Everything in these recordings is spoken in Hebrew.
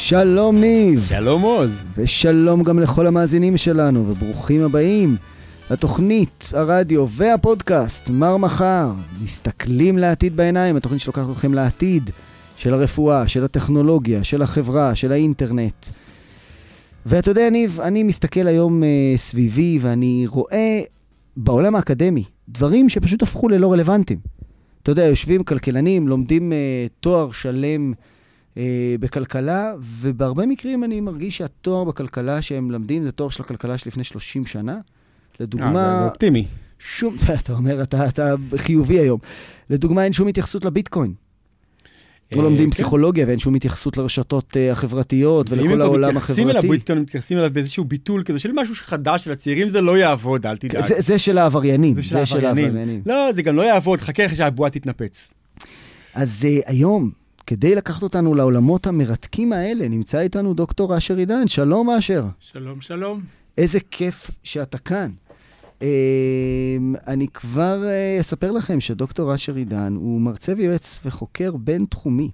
שלום ניב. שלום עוז. ושלום גם לכל המאזינים שלנו, וברוכים הבאים לתוכנית הרדיו והפודקאסט מר מחר. מסתכלים לעתיד בעיניים, התוכנית שלוקחת אתכם לעתיד של הרפואה, של הטכנולוגיה, של החברה, של האינטרנט. ואתה יודע ניב, אני מסתכל היום סביבי ואני רואה בעולם האקדמי דברים שפשוט הפכו ללא רלוונטיים. אתה יודע, יושבים כלכלנים, לומדים תואר שלם בכלכלה, ובהרבה מקרים אני מרגיש שהתואר בכלכלה שהם למדים זה תואר של הכלכלה שלפני 30 שנה. לדוגמה... זה אופטימי. אתה אומר, אתה חיובי היום. לדוגמה, אין שום התייחסות לביטקוין. לא לומדים פסיכולוגיה, ואין שום התייחסות לרשתות החברתיות ולכל העולם החברתי. אם מתייחסים אליו באיזשהו ביטול כזה של משהו חדש של הצעירים, זה לא יעבוד, אל תדאג. זה של העבריינים. זה של העבריינים. לא, זה גם לא יעבוד, חכה אחרי שהבועה תתנפץ. אז היום, כדי לקחת אותנו לעולמות המרתקים האלה, נמצא איתנו דוקטור אשר עידן. שלום אשר. שלום, שלום. איזה כיף שאתה כאן. אני כבר אספר לכם שדוקטור אשר עידן הוא מרצה ויועץ וחוקר בין תחומי.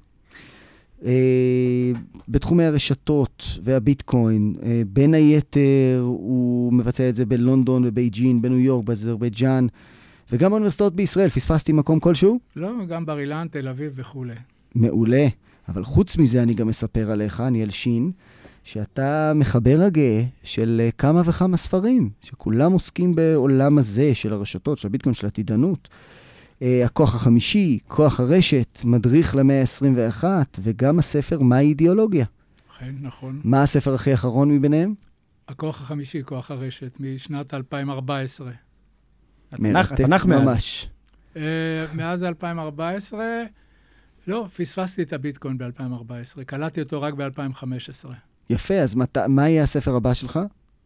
בתחומי הרשתות והביטקוין, בין היתר הוא מבצע את זה בלונדון, בבייג'ין, בניו יורק, באזרבייג'אן, וגם באוניברסיטאות בישראל. פספסתי מקום כלשהו? לא, גם בר אילן, תל אביב וכו'. מעולה. אבל חוץ מזה אני גם אספר עליך, אני אלשין, שאתה מחבר הגאה של כמה וכמה ספרים, שכולם עוסקים בעולם הזה של הרשתות, של הביטקוין, של העתידנות. הכוח החמישי, כוח הרשת, מדריך למאה ה-21, וגם הספר מהי אידיאולוגיה. כן, נכון. מה הספר הכי אחרון מביניהם? הכוח החמישי, כוח הרשת, משנת 2014. התנ"ך ממש. מאז 2014, לא, פספסתי את הביטקוין ב-2014, קלטתי אותו רק ב-2015. יפה, אז מה יהיה הספר הבא שלך?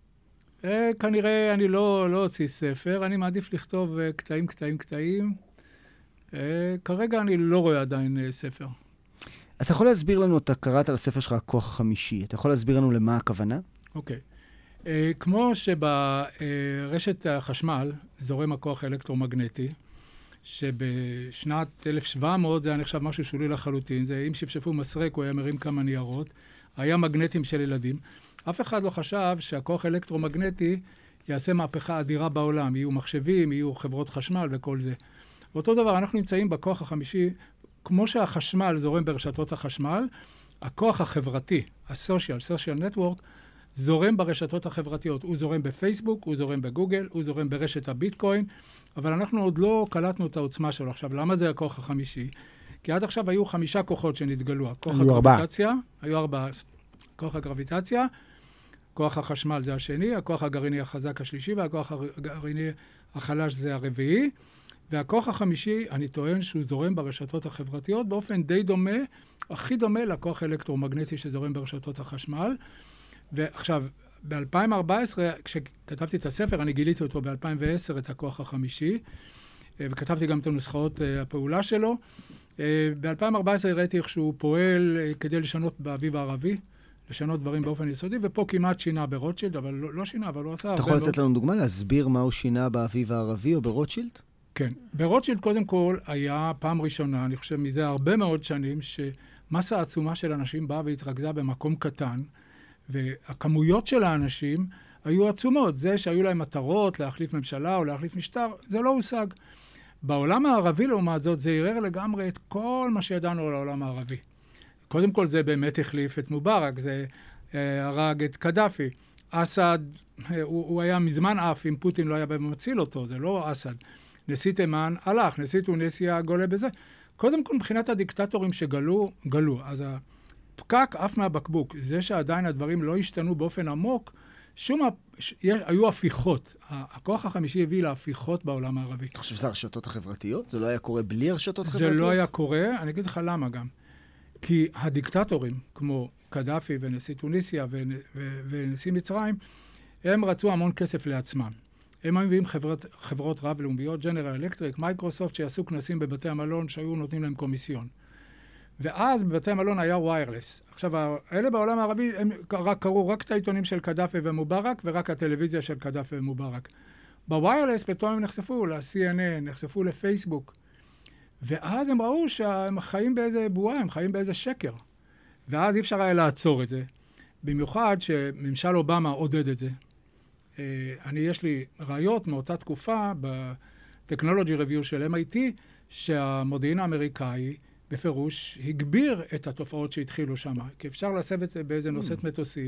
כנראה אני לא אוציא ספר, אני מעדיף לכתוב קטעים. כרגע אני לא רואה עדיין ספר. אתה יכול להסביר לנו, אתה קראת על הספר שלך, הכוח החמישי, אתה יכול להסביר לנו למה הכוונה? אוקיי. כמו שברשת החשמל זורם הכוח האלקטרומגנטי, שבשנת 1700 זה היה נחשב משהו שולי לחלוטין, זה אם שפשפו מסרק, הוא היה מרים כמה ניירות, היה מגנטים של ילדים. אף אחד לא חשב שהכוח האלקטרומגנטי יעשה מהפכה אדירה בעולם, יהיו מחשבים, יהיו חברות חשמל וכל זה. ואותו דבר, אנחנו נמצאים בכוח החמישי, כמו שהחשמל זורם ברשתות החשמל, הכוח החברתי, social network, זורם ברשתות החברתיות. הוא זורם בפייסבוק, הוא זורם בגוגל, הוא זורם ברשת הביטקוין, אבל אנחנו עוד לא קלטנו את העוצמה שלו. עכשיו, למה זה הכוח החמישי? כי עד עכשיו היו 5 כוחות שנתגלו. הכוח הגרביטציה, היו 4. כוח הגרביטציה, כוח החשמל זה השני, הכוח הגרעיני החזק השלישי, והכוח הגרעיני החלש זה הרביעי, והכוח החמישי, אני טוען שהוא זורם ברשתות החברתיות באופן די דומה, הכי דומה לכוח האלקטרומגנטי שזורם ברשתות החשמל. ועכשיו, ב-2014, כשכתבתי את הספר, אני גיליתי אותו ב-2010, את הכוח החמישי, וכתבתי גם את הנוסחאות הפעולה שלו. ב-2014 ראיתי איך שהוא פועל כדי לשנות באביב הערבי, לשנות דברים באופן יסודי, ופה כמעט שינה ברוטשילד, אבל לא שינה, אבל הוא עשה... אתה יכול לתת לנו דוגמה, להסביר מה הוא שינה באביב הערבי או ברוטשילד? כן. ברוטשילד קודם כל היה פעם ראשונה, אני חושב מזה הרבה מאוד שנים, שמסה עצומה של אנשים באה והתרכזה במקום קטן, והכמויות של האנשים היו עצומות. זה שהיו להם מטרות להחליף ממשלה או להחליף משטר, זה לא הושג. בעולם הערבי, לעומת זאת, זה ערער לגמרי את כל מה שידענו על העולם הערבי. קודם כל, זה באמת החליף את מובארק, זה הרג את קדאפי. אסד, הוא היה מזמן אף, אם פוטין לא היה במציל אותו, זה לא אסד. נשיא תימן הלך, נשיא טוניסיה גולה בזה. קודם כל, מבחינת הדיקטטורים שגלו, אז הפקק אף מהבקבוק. זה שעדיין הדברים לא השתנו באופן עמוק, היו הפיכות. הכוח החמישי הביא להפיכות בעולם הערבי. אתה חושב שזה הרשתות החברתיות? זה לא היה קורה בלי הרשתות החברתיות? זה לא היה קורה, אני אגיד לך למה גם. כי הדיקטטורים, כמו קדאפי ונשיא טוניסיה ונשיא מצרים, הם רצו המון כסף לעצמם. הם מביאים חברות רב-לאומיות, ג'נרל אלקטריק, מייקרוסופט, שיעשו כנסים בבתי המלון שהיו נותנים להם קומיסיון. ואז בבתי המלון היה ויירלס. עכשיו, האלה בעולם הערבי, הם קראו רק את העיתונים של קדאפי ומובארק, ורק הטלוויזיה של קדאפי ומובארק. בוויירלס פתאום הם נחשפו ל-CNN, נחשפו לפייסבוק. ואז הם ראו שהם חיים באיזה בועה, הם חיים באיזה שקר. ואז אי אפשר היה לעצור את זה. במיוחד שממשל אובמה עודד את זה. יש לי ראיות מאותה תקופה ב-Technology Review של MIT, שהמודיעין האמריקאי בפירוש הגביר את התופעות שהתחילו שם. כי אפשר להסב את זה באיזה נושאת מטוסים,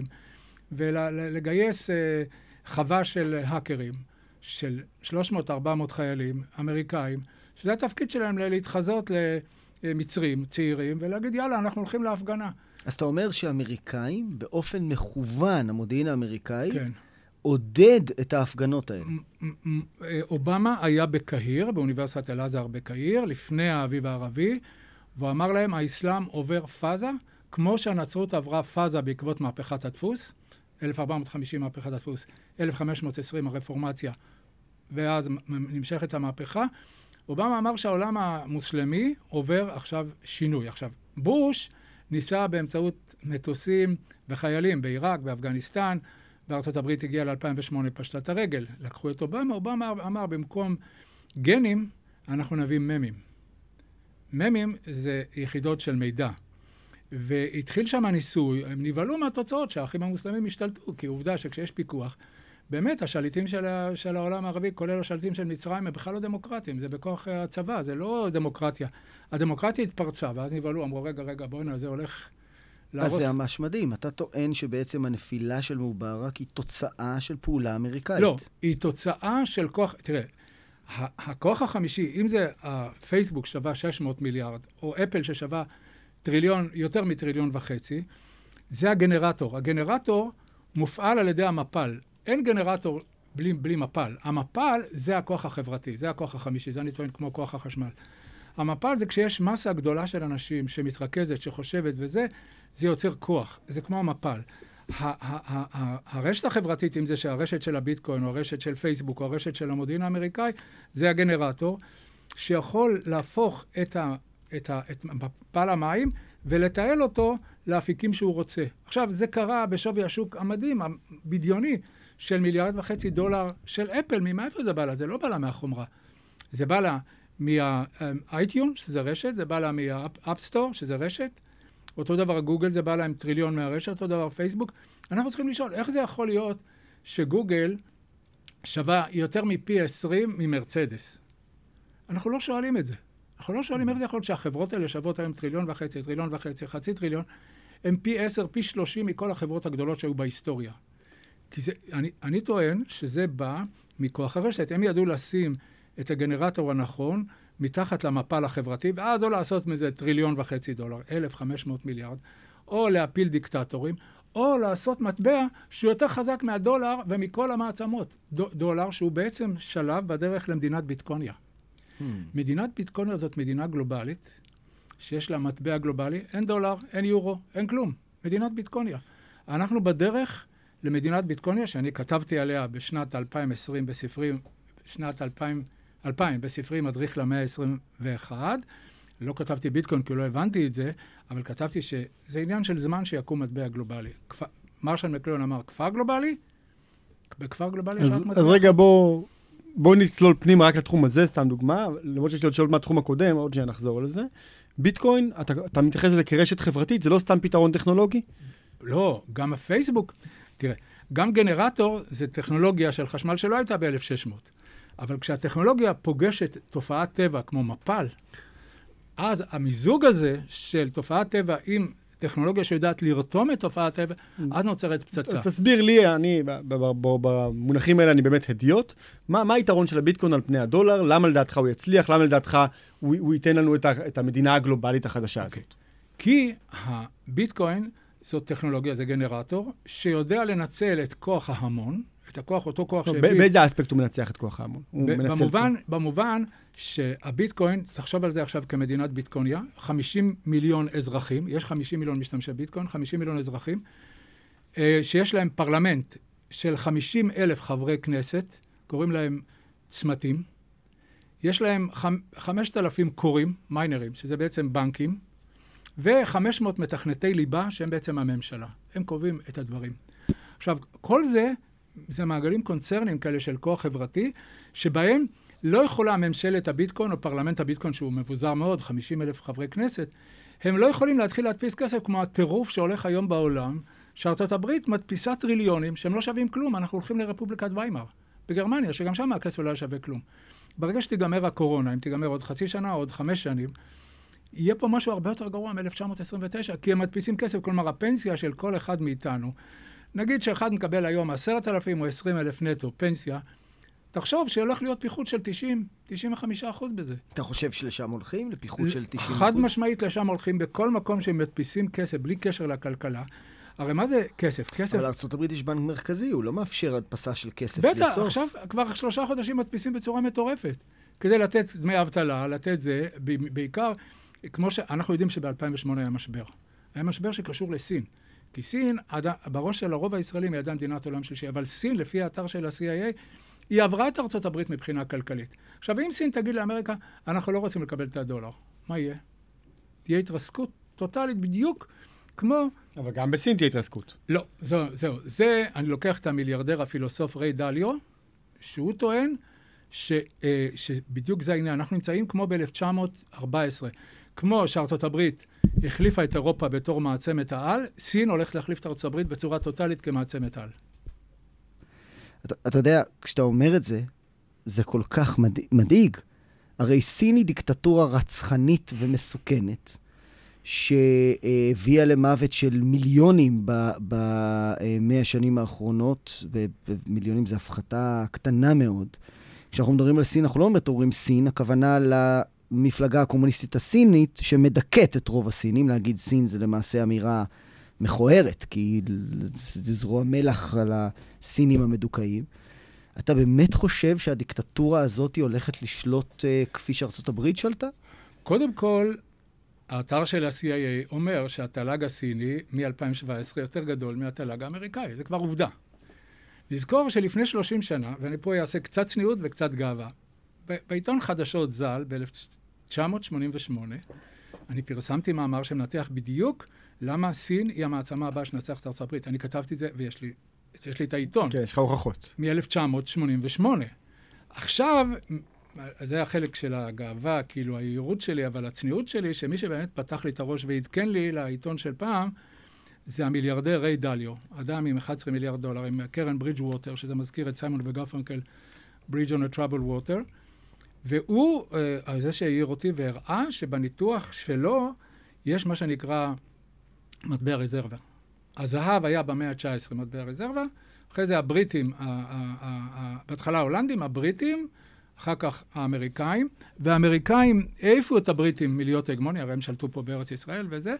ולגייס חווה של האקרים, של 300-400 חיילים אמריקאים, שזה התפקיד שלהם להתחזות למצרים צעירים, ולהגיד, יאללה, אנחנו הולכים להפגנה. אז אתה אומר שהאמריקאים, באופן מכוון, המודיעין האמריקאי, כן. עודד את ההפגנות האלה. אובמה היה בקהיר, באוניברסיטת אל-אזהר בקהיר, לפני האביב הערבי, והוא אמר להם, האסלאם עובר פאזה, כמו שהנצרות עברה פאזה בעקבות מהפכת הדפוס, 1450 מהפכת הדפוס, 1520 הרפורמציה, ואז נמשכת המהפכה. אובמה אמר שהעולם המוסלמי עובר עכשיו שינוי. עכשיו, בוש ניסה באמצעות מטוסים וחיילים בעיראק, באפגניסטן, בארצות הברית הגיע ל-2008 פשטת הרגל. לקחו את אובמה, אובמה אמר במקום גנים, אנחנו נביא ממים. ממים זה יחידות של מידע. והתחיל שם הניסוי, הם נבהלו מהתוצאות שהאחים המוסלמים השתלטו, כי עובדה שכשיש פיקוח, באמת השליטים של העולם הערבי, כולל השליטים של מצרים, הם בכלל לא דמוקרטיים, זה בכוח הצבא, זה לא דמוקרטיה. הדמוקרטיה התפרצה, ואז נבהלו, אמרו, רגע, בוא'נה, זה הולך להרוס. אז זה ממש מדהים. אתה טוען שבעצם הנפילה של מובארק היא תוצאה של פעולה אמריקאית. לא, היא תוצאה של כוח, תראה, הכוח החמישי, אם זה הפייסבוק שווה 600 מיליארד, או אפל ששווה טריליון, יותר מטריליון וחצי, זה הגנרטור. הגנרטור מופעל על ידי המפל. אין גנרטור בלי מפל. המפל זה הכוח החברתי, זה הכוח החמישי, זה אני טוען כמו כוח החשמל. המפל זה כשיש מסה גדולה של אנשים שמתרכזת, שחושבת וזה, זה יוצר כוח. זה כמו המפל. הרשת החברתית, אם זה שהרשת של הביטקוין, או הרשת של פייסבוק, או הרשת של המודיעין האמריקאי, זה הגנרטור, שיכול להפוך את מפל המים, ולתעל אותו לאפיקים שהוא רוצה. עכשיו, זה קרה בשווי השוק המדהים, הבדיוני, של $1.5 מיליארד של אפל. מאיפה זה בא לה? זה לא בא לה מהחומרה. זה בא לה מה-iTunes, שזה רשת, זה בא לה מה-App Store, שזה רשת. אותו דבר גוגל, זה בא לה עם טריליון מהרשת, אותו דבר פייסבוק. אנחנו צריכים לשאול, איך זה יכול להיות שגוגל שווה יותר מפי 20 ממרצדס? אנחנו לא שואלים את זה. אנחנו לא שואלים איך זה יכול להיות שהחברות האלה שוות היום $1.5 טריליון, חצי טריליון, הם פי 10, פי 30 מכל החברות הגדולות שהיו בהיסטוריה. כי זה, אני טוען שזה בא מכוח הרשת. הם ידעו לשים את הגנרטור הנכון מתחת למפל החברתי, ואז או לעשות מזה $1.5 טריליון, 1,500 מיליארד, או להפיל דיקטטורים, או לעשות מטבע שהוא יותר חזק מהדולר ומכל המעצמות. דולר שהוא בעצם שלב בדרך למדינת ביטקוניה. מדינת ביטקוניה זאת מדינה גלובלית, שיש לה מטבע גלובלי, אין דולר, אין יורו, אין כלום. מדינת ביטקוניה. אנחנו בדרך למדינת ביטקוניה, שאני כתבתי עליה בשנת 2020 בספרים, שנת 2000 בספרים מדריך למאה ה-21. לא כתבתי ביטקוין כי לא הבנתי את זה, אבל כתבתי שזה עניין של זמן שיקום מטבע גלובלי. מרשל מקלוהן אמר, כפר גלובלי? בכפר גלובלי יש רק מטבע. אז רגע, בואו נצלול פנימה רק לתחום הזה, סתם דוגמה, למרות שיש לי עוד שאלות מהתחום הקודם, עוד שניה נחזור לזה. ביטקוין, אתה מתייחס לזה כרשת חברתית, זה לא סתם פתרון טכנולוגי? לא, גם הפייסבוק, תראה, גם גנרטור זה טכנולוגיה של חשמל שלא הייתה ב-1600. אבל כשהטכנולוגיה פוגשת תופעת טבע כמו מפל, אז המיזוג הזה של תופעת טבע עם טכנולוגיה שיודעת לרתום את תופעת טבע, אז נוצרת פצצה. אז תסביר לי, אני, במונחים האלה אני באמת הדיוט, מה היתרון של הביטקוין על פני הדולר? למה לדעתך הוא יצליח? למה לדעתך הוא ייתן לנו את המדינה הגלובלית החדשה הזאת? כי הביטקוין זאת טכנולוגיה, זה גנרטור, שיודע לנצל את כוח ההמון, את הכוח, אותו כוח שהביא... באיזה אספקט הוא מנצח את כוח ההמון? במובן שהביטקוין, תחשוב על זה עכשיו כמדינת ביטקוניה, 50 מיליון אזרחים, יש 50 מיליון משתמשי ביטקוין, 50 מיליון אזרחים, שיש להם פרלמנט של 50,000 חברי כנסת, קוראים להם צמתים, יש להם 5,000 קוראים, מיינרים, שזה בעצם בנקים, ו-500 מתכנתי ליבה, שהם בעצם הממשלה. הם קובעים את הדברים. עכשיו, כל זה מעגלים קונצרנים כאלה של כוח חברתי, שבהם לא יכולה ממשלת הביטקוין או פרלמנט הביטקוין שהוא מבוזר מאוד, 50,000 חברי כנסת, הם לא יכולים להתחיל להדפיס כסף כמו הטירוף שהולך היום בעולם, שארצות הברית מדפיסה טריליונים שהם לא שווים כלום. אנחנו הולכים לרפובליקת ויימאר בגרמניה, שגם שם הכסף לא שווה כלום. ברגע שתיגמר הקורונה, אם תיגמר עוד חצי שנה או עוד 5 שנים, יהיה פה משהו הרבה יותר גרוע מ-1929, כי הם מדפיסים כסף, כלומר הפנסיה של כל אחד מאיתנו. נגיד שאחד מקבל היום 10,000 או 20,000 נטו פנסיה, תחשוב שהולך להיות פיחות של 90-95% בזה. אתה חושב שלשם הולכים? לפיחות של 90%? חד משמעית לשם הולכים בכל מקום שהם מדפיסים כסף, בלי קשר לכלכלה. הרי מה זה כסף? כסף... אבל ארצות הברית יש בנק מרכזי, הוא לא מאפשר הדפסה של כסף בלי סוף. בטח, עכשיו כבר 3 חודשים מדפיסים בצורה מטורפת. כדי לתת דמי אבטלה, לתת זה, בעיקר, כמו שאנחנו יודעים שב-2008 היה משבר. היה משבר שקשור לסין. כי סין, בראש של הרוב הישראלים היא עדיין מדינת עולם שלישי, אבל סין, לפי האתר של ה-CIA, היא עברה את ארצות הברית מבחינה כלכלית. עכשיו, אם סין תגיד לאמריקה, אנחנו לא רוצים לקבל את $1, מה יהיה? תהיה התרסקות טוטלית בדיוק כמו... אבל גם בסין תהיה התרסקות. לא, זהו. זה, אני לוקח את המיליארדר הפילוסוף ריי דליו, שהוא טוען שבדיוק זה העניין. אנחנו נמצאים כמו ב-1914. כמו שארצות הברית החליפה את אירופה בתור מעצמת העל, סין הולכת להחליף את ארצות הברית בצורה טוטלית כמעצמת העל. אתה יודע, כשאתה אומר את זה, זה כל כך מדאיג. הרי סין היא דיקטטורה רצחנית ומסוכנת, שהביאה למוות של מיליונים ב-100 השנים האחרונות, ומיליונים זה הפחתה קטנה מאוד. כשאנחנו מדברים על סין, אנחנו לא אומרים סין, הכוונה למפלגה הקומוניסטית הסינית, שמדכאת את רוב הסינים. להגיד סין זה למעשה אמירה מכוערת, כי לזרוע מלח על הסינים המדוכאים. אתה באמת חושב שהדיקטטורה הזאת הולכת לשלוט כפי שארצות הברית שלטה? קודם כל, האתר של ה-CIA אומר שהתל"ג הסיני מ-2017 יותר גדול מהתל"ג האמריקאי. זה כבר עובדה. נזכור שלפני 30 שנה, ואני פה אעשה קצת צניעות וקצת גאווה, בעיתון חדשות ז"ל ב-1988, אני פרסמתי מאמר שמנתח בדיוק למה סין היא המעצמה הבאה שנצח את ארצות הברית. אני כתבתי את זה ויש לי את העיתון. כן, יש לך הוכחות. מ-1988. עכשיו, זה החלק של הגאווה, כאילו היהירות שלי, אבל הצניעות שלי, שמי שבאמת פתח לי את הראש והתקן לי לעיתון של פעם, זה המיליארדר ריי דליו, אדם עם $11 מיליארד, עם קרן ברידג' ווטר, שזה מזכיר את סיימון וגרפנקל, Bridge on a Troubled Water, והוא, זה שהעיר אותי והראה שבניתוח שלו יש מה שנקרא מטבע רזרבה. הזהב היה במאה ה-19 מטבע רזרבה, אחרי זה הבריטים, בהתחלה ההולנדים, הבריטים, אחר כך האמריקאים, והאמריקאים העיפו את הבריטים מלהיות הגמוניה, הרי הם שלטו פה בארץ ישראל וזה,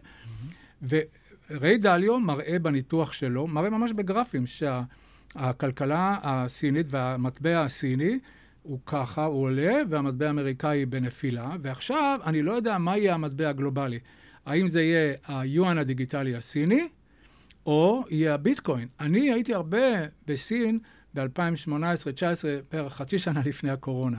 וריי דליו מראה בניתוח שלו, מראה ממש בגרפים, שהכלכלה הסינית והמטבע הסיני, הוא ככה, הוא עולה, והמטבע האמריקאי בנפילה, ועכשיו אני לא יודע מה יהיה המטבע הגלובלי. האם זה יהיה היואן הדיגיטלי הסיני, או יהיה הביטקוין. אני הייתי הרבה בסין ב-2018-2019, בערך חצי שנה לפני הקורונה,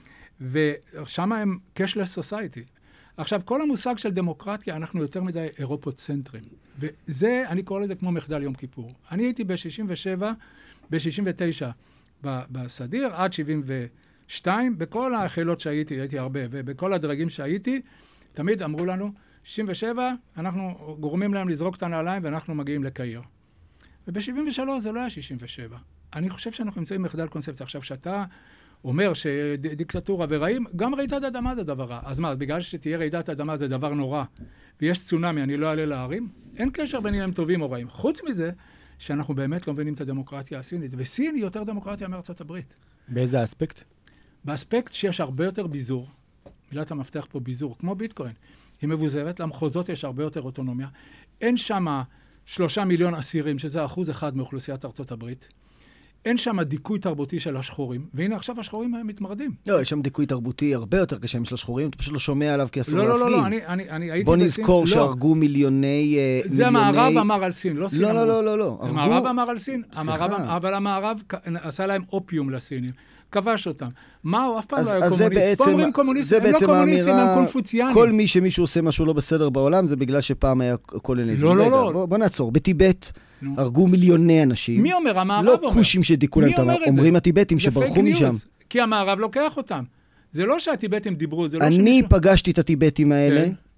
ושם הם cashless society. עכשיו, כל המושג של דמוקרטיה, אנחנו יותר מדי אירופוצנטרים, וזה, אני קורא לזה כמו מחדל יום כיפור. אני הייתי ב-67, ב-69 בסדיר, עד 72, בכל החילות שהייתי, הייתי הרבה, ובכל הדרגים שהייתי, תמיד אמרו לנו, 67, אנחנו גורמים להם לזרוק את הנעליים, ואנחנו מגיעים לקהיר. וב-73 זה לא היה 67. אני חושב שאנחנו נמצאים מחדל קונספציה. עכשיו, שאתה אומר שדיקטטורה ורעים, גם רעידת אדמה זה דבר רע. אז מה, בגלל שתהיה רעידת אדמה זה דבר נורא, ויש צונאמי, אני לא אעלה להרים? אין קשר בין אם הם טובים או רעים. חוץ מזה, שאנחנו באמת לא מבינים את הדמוקרטיה הסינית, וסין היא יותר דמוקרטיה מארצות הברית. באיזה אספקט? באספקט שיש הרבה יותר ביזור, מילת המפתח פה ביזור, כמו ביטקוין. היא מבוזרת, למחוזות יש הרבה יותר אוטונומיה. אין שם 3 מיליון אסירים, שזה 1% מאוכלוסיית ארצות הברית. אין שם דיכוי תרבותי של השחורים, והנה עכשיו השחורים מתמרדים. לא, יש שם דיכוי תרבותי הרבה יותר קשה משל השחורים, אתה פשוט לא שומע עליו כי אסור להפגין. לא, אני הייתי... בוא נזכור שהרגו מיליוני... זה המערב אמר על סין, לא סין. לא. המערב אמר על סין, אבל המערב עשה להם אופיום לסינים. כבש אותם. מה הוא אף פעם לא היה קומוניסט? פה אומרים קומוניסטים, הם לא קומוניסטים, הם קונפוציאנים. כל מי שמישהו עושה משהו לא בסדר בעולם, זה בגלל שפעם היה קולוניזם. לא. בוא נעצור. בטיבט הרגו מיליוני אנשים. מי אומר? המערב אומר. אומר. לא כושים שדיכו להם, אומרים הטיבטים שברחו משם. כי המערב לוקח אותם. זה לא שהטיבטים דיברו, זה לא אני פגשתי את הטיבטים האלה,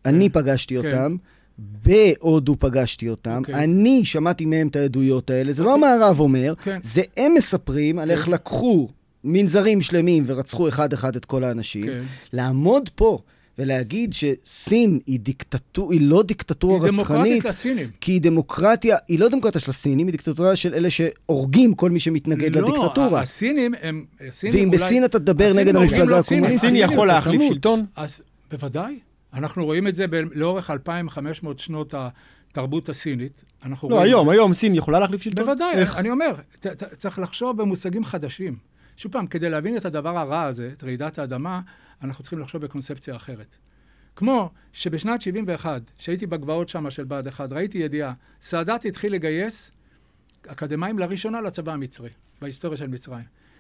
אני פגשתי אותם, בהודו פגשתי אותם, אני שמעתי מהם את העדויות האלה, זה לא המערב אומר, זה הם מספרים על איך לקחו מנזרים שלמים ורצחו אחד את כל האנשים, לעמוד פה ולהגיד שסין היא לא דיקטטורה רצחנית, היא דמוקרטית לסינים. כי היא דמוקרטיה, היא לא דמוקרטיה של הסינים, היא דיקטטורה של אלה שהורגים כל מי שמתנגד לדיקטטורה. לא, הסינים הם... ואם בסין אתה תדבר נגד המפלגה הקומוניסטית, הסין יכול להחליף שלטון? אז בוודאי. אנחנו רואים את זה לאורך 2,500 שנות התרבות הסינית. לא, היום סין יכולה להחליף שלטון? בוודאי, אני אומר, צריך לחשוב במושגים חדשים. שוב פעם, כדי להבין את הדבר הרע הזה, את רעידת האדמה, אנחנו צריכים לחשוב בקונספציה אחרת. כמו שבשנת 71, שהייתי בגבעות שם של בה"ד 1, ראיתי ידיעה, סאדאת התחיל לגייס אקדמאים לראשונה לצבא המצרי, בהיסטוריה של מצרים.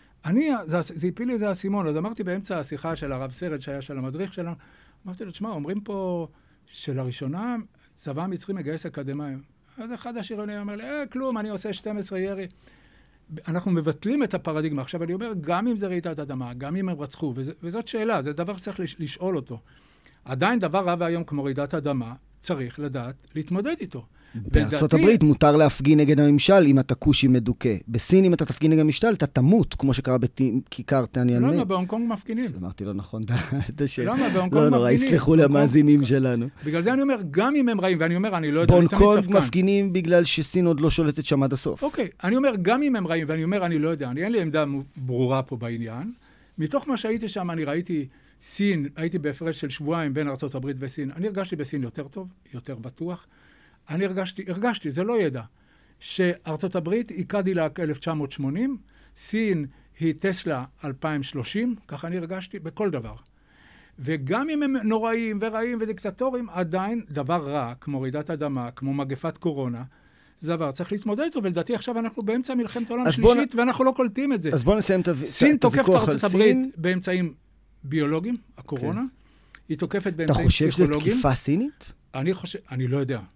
זה הפיל לי זה הסימון, אז אמרתי באמצע השיחה של הרב סרד, שהיה של המדריך שלנו, אמרתי לו, תשמע, אומרים פה שלראשונה צבא המצרי מגייס אקדמאים. אז אחד השירונים אומר לי, כלום, אני עושה 12 ירי. אנחנו מבטלים את הפרדיגמה. עכשיו אני אומר, גם אם זה רעידת אדמה, גם אם הם רצחו, וזאת שאלה, זה דבר שצריך לשאול אותו. עדיין דבר רע והיום כמו רעידת אדמה, צריך לדעת להתמודד איתו. בארצות הברית מותר להפגין נגד הממשל אם אתה כושי מדוכא. בסין אם אתה תפגין נגד הממשל, אתה תמות, כמו שקרה בכיכר תיאניאנמן. למה? בהונג קונג מפגינים. אמרתי לא נכון. למה? בהונג קונג מפגינים. יסלחו למאזינים שלנו. בגלל זה אני אומר, גם אם הם רעים, ואני אומר, אני לא יודע... בהונג קונג מפגינים בגלל שסין עוד לא שולטת שם עד הסוף. אוקיי, אני אומר, גם אם הם רעים, ואני אומר, אני לא יודע, אין לי עמדה ברורה פה בעניין. מתוך מה שהייתי שם, אני ראיתי סין, הייתי בהפרש של שבועיים בין ארצות הברית וסין. אני הרגשתי בסין יותר טוב, יותר בטוח. אני הרגשתי, זה לא ידע, שארצות הברית היא קדילק 1980, סין היא טסלה 2030, ככה אני הרגשתי בכל דבר. וגם אם הם נוראים ורעים ודיקטטורים, עדיין דבר רע, כמו רעידת אדמה, כמו מגפת קורונה, זה דבר, צריך להתמודד איתו, ולדעתי עכשיו אנחנו באמצע מלחמת העולם שלישית, ואנחנו לא קולטים את זה. אז בוא נסיים את הוויכוח על סין. סין תוקפת ארצות הברית באמצעים ביולוגיים, הקורונה, היא תוקפת באמצעים פסיכולוגיים. אתה חושב שזו תקיפה סינית? אני לא יודע.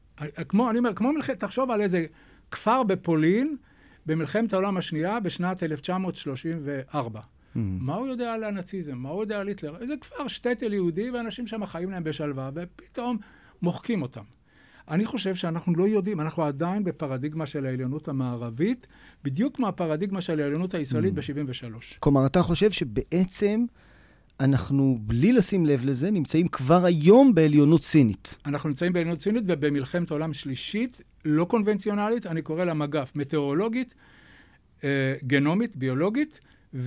תחשוב על איזה כפר בפולין, במלחמת העולם השנייה, בשנת 1934. מה הוא יודע על הנאציזם? מה הוא יודע על היטלר? איזה כפר שטטל יהודי, ואנשים שם חיים להם בשלווה, ופתאום מוחקים אותם. אני חושב שאנחנו לא יודעים, אנחנו עדיין בפרדיגמה של העליונות המערבית, בדיוק כמו הפרדיגמה של העליונות הישראלית ב-73. כלומר, אתה חושב שבעצם אנחנו, בלי לשים לב לזה, נמצאים כבר היום בעליונות סינית. אנחנו נמצאים בעליונות סינית, ובמלחמת העולם שלישית, לא קונבנציונלית, אני קורא לה מגף, מטאורולוגית, גנומית, ביולוגית,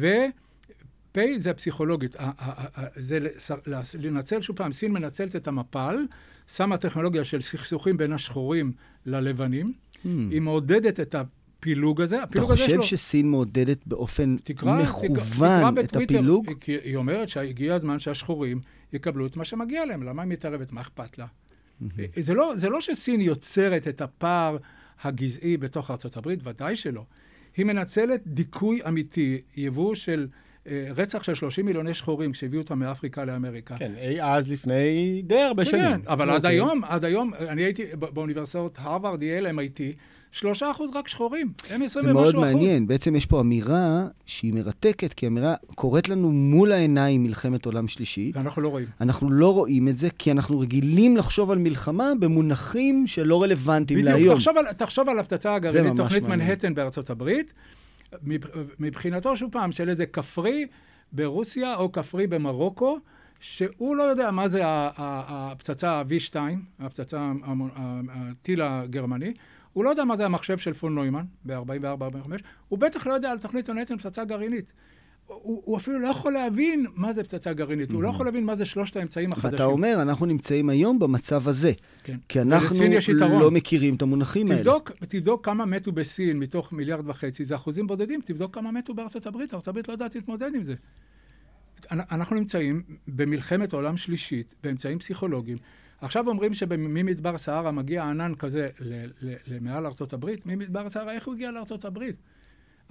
ופ' זה הפסיכולוגית. זה לנצל, שוב פעם, סין מנצלת את המפל, שמה טכנולוגיה של סכסוכים בין השחורים ללבנים, היא מעודדת את הפילוג הזה. אתה חושב שסין מעודדת באופן מכוון את הפילוג? היא אומרת שהגיע הזמן שהשחורים יקבלו את מה שמגיע להם. למה היא מתערבת? מה אכפת לה? זה לא שסין יוצרת את הפער הגזעי בתוך ארצות הברית, ודאי שלא. היא מנצלת דיכוי אמיתי, יבוא של רצח של 30 מיליוני שחורים שהביאו אותם מאפריקה לאמריקה. כן, אז לפני די הרבה שנים. כן, אבל עד היום, אני הייתי באוניברסיטאות הרווארד, יייל, MIT, 3% רק שחורים, הם 20 זה מאוד ומשהו מעניין, בעצם יש פה אמירה שהיא מרתקת, כי אמירה קוראת לנו מול העיניים מלחמת עולם שלישית. ואנחנו לא רואים. אנחנו לא רואים את זה, כי אנחנו רגילים לחשוב על מלחמה במונחים שלא רלוונטיים להיום. בדיוק, תחשוב על הפצצה הגרעינית, תוכנית מנהטן בארצות הברית, מבחינתו שוב פעם של איזה כפרי ברוסיה או כפרי במרוקו, שהוא לא יודע מה זה הפצצה ה-V2, הפצצה, הטיל הגרמני, הוא לא יודע מה זה המחשב של פון נוימן ב-44-45, הוא בטח לא יודע על תוכנית מנהטן פצצה גרעינית. הוא אפילו לא יכול להבין מה זה פצצה גרעינית, הוא לא יכול להבין מה זה שלושת האמצעים החדשים. ואתה אומר, אנחנו נמצאים היום במצב הזה, כי אנחנו לא מכירים את המונחים האלה. תבדוק כמה מתו בסין מתוך 1.5 מיליארד, זה אחוזים בודדים, תבדוק כמה מתו בארצות הברית, ארצות הברית לא יודעת להתמודד עם זה. אנחנו נמצאים במלחמת עולם שלישית, באמצעים פסיכולוגיים. עכשיו אומרים שממדבר סהרה מגיע ענן כזה למעל ארצות הברית, ממדבר סהרה, איך הוא הגיע לארצות הברית?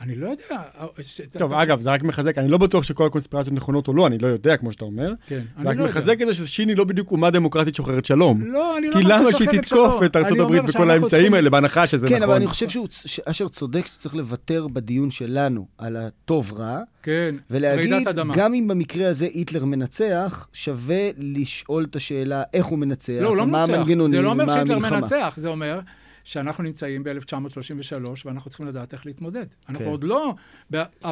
אני לא יודע. טוב, אגב, זה רק מחזק, אני לא בטוח שכל הקונספירציות נכונות או לא, אני לא יודע, כמו שאתה אומר. כן, זה רק מחזק את זה ששיני לא בדיוק אומה דמוקרטית שוחרת שלום. לא, אני לא כי למה שהיא תתקוף את ארצות הברית בכל האמצעים האלה, בהנחה שזה נכון. כן, אבל אני חושב שאשר צודק שצריך לוותר בדיון שלנו על הטוב רע, ולהגיד, גם אם במקרה הזה היטלר מנצח, שווה לשאול את השאלה איך הוא מנצח, מה המנגנונים, זה לא אומר שהיטלר מנצח, זה אומר שאנחנו נמצאים ב-1933, ואנחנו צריכים לדעת איך להתמודד. אנחנו עוד לא ב-43,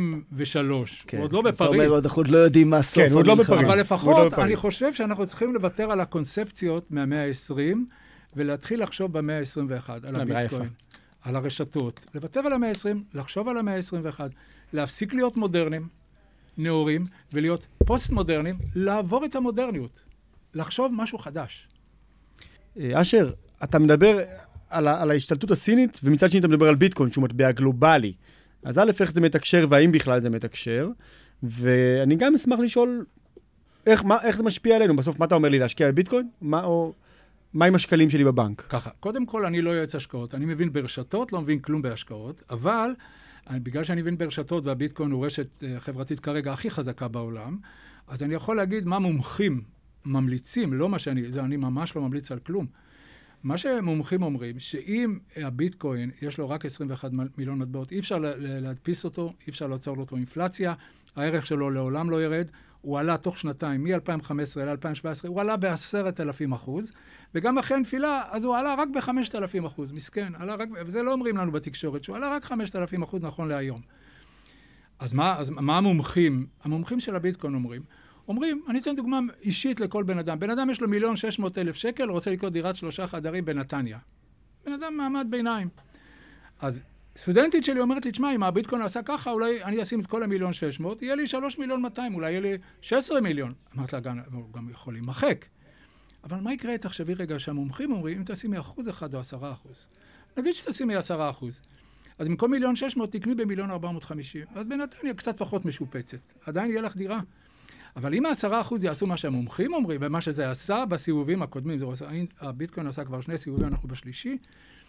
עוד לא בפריז. אתה אומר, עוד לא יודעים מה סוף. כן, עוד לא בפריז. אבל לפחות, אני חושב שאנחנו צריכים לוותר על הקונספציות מהמאה ה-20, ולהתחיל לחשוב במאה ה-21, על הביטקוין, על הרשתות. לוותר על המאה ה-20, לחשוב על המאה ה-21, להפסיק להיות מודרניים, נאורים, ולהיות פוסט-מודרניים, לעבור את המודרניות, לחשוב משהו חדש. אשר, אתה מדבר על ההשתלטות הסינית, ומצד שני אתה מדבר על ביטקוין, שהוא מטבע גלובלי. אז א', איך זה מתקשר, והאם בכלל זה מתקשר, ואני גם אשמח לשאול, איך זה משפיע עלינו? בסוף, מה אתה אומר לי, להשקיע בביטקוין? מה עם השקלים שלי בבנק? ככה, קודם כל, אני לא יועץ השקעות. אני מבין ברשתות, לא מבין כלום בהשקעות, אבל בגלל שאני מבין ברשתות, והביטקוין הוא רשת חברתית כרגע הכי חזקה בעולם, אז אני יכול להגיד מה מומחים ממליצים, לא מה אני ממש לא ממליץ על כלום. מה שמומחים אומרים, שאם הביטקוין יש לו רק 21 מיליון מטבעות, אי אפשר להדפיס אותו, אי אפשר לעצור אותו אינפלציה, הערך שלו לעולם לא ירד, הוא עלה תוך שנתיים, מ-2015 ל-2017, הוא עלה ב10,000%, וגם אחרי נפילה, אז הוא עלה רק ב5,000%, מסכן, וזה לא אומרים לנו בתקשורת, שהוא עלה רק 5,000% נכון להיום. אז מה המומחים? המומחים של הביטקוין אומרים, אני אתן דוגמה אישית לכל בן אדם. בן אדם יש לו 1,600,000 שקל, רוצה לקנות דירת 3 חדרים בנתניה. בן אדם מעמד ביניים. אז סטודנטית שלי אומרת לי, תשמע, אם הביטקוין עשה ככה, אולי אני אשים את כל 1,600,000, יהיה לי 3,200,000, אולי יהיה לי 16 מיליון. אמרת לה, הוא גם יכול להימחק. אבל מה יקרה, תחשבי רגע שהמומחים אומרים, אם תשימי 1% או 10%. נגיד שתשימי 10%. אז במקום 1,600,000 תקני ב1,450,000. אז בנתניה קצת פחות משופצת. עדיין יהיה לך דירה. אבל אם 10% יעשו מה שהמומחים אומרים, ומה שזה עשה בסיבובים הקודמים, הביטקוין עשה כבר 2 סיבובים, אנחנו בשלישי,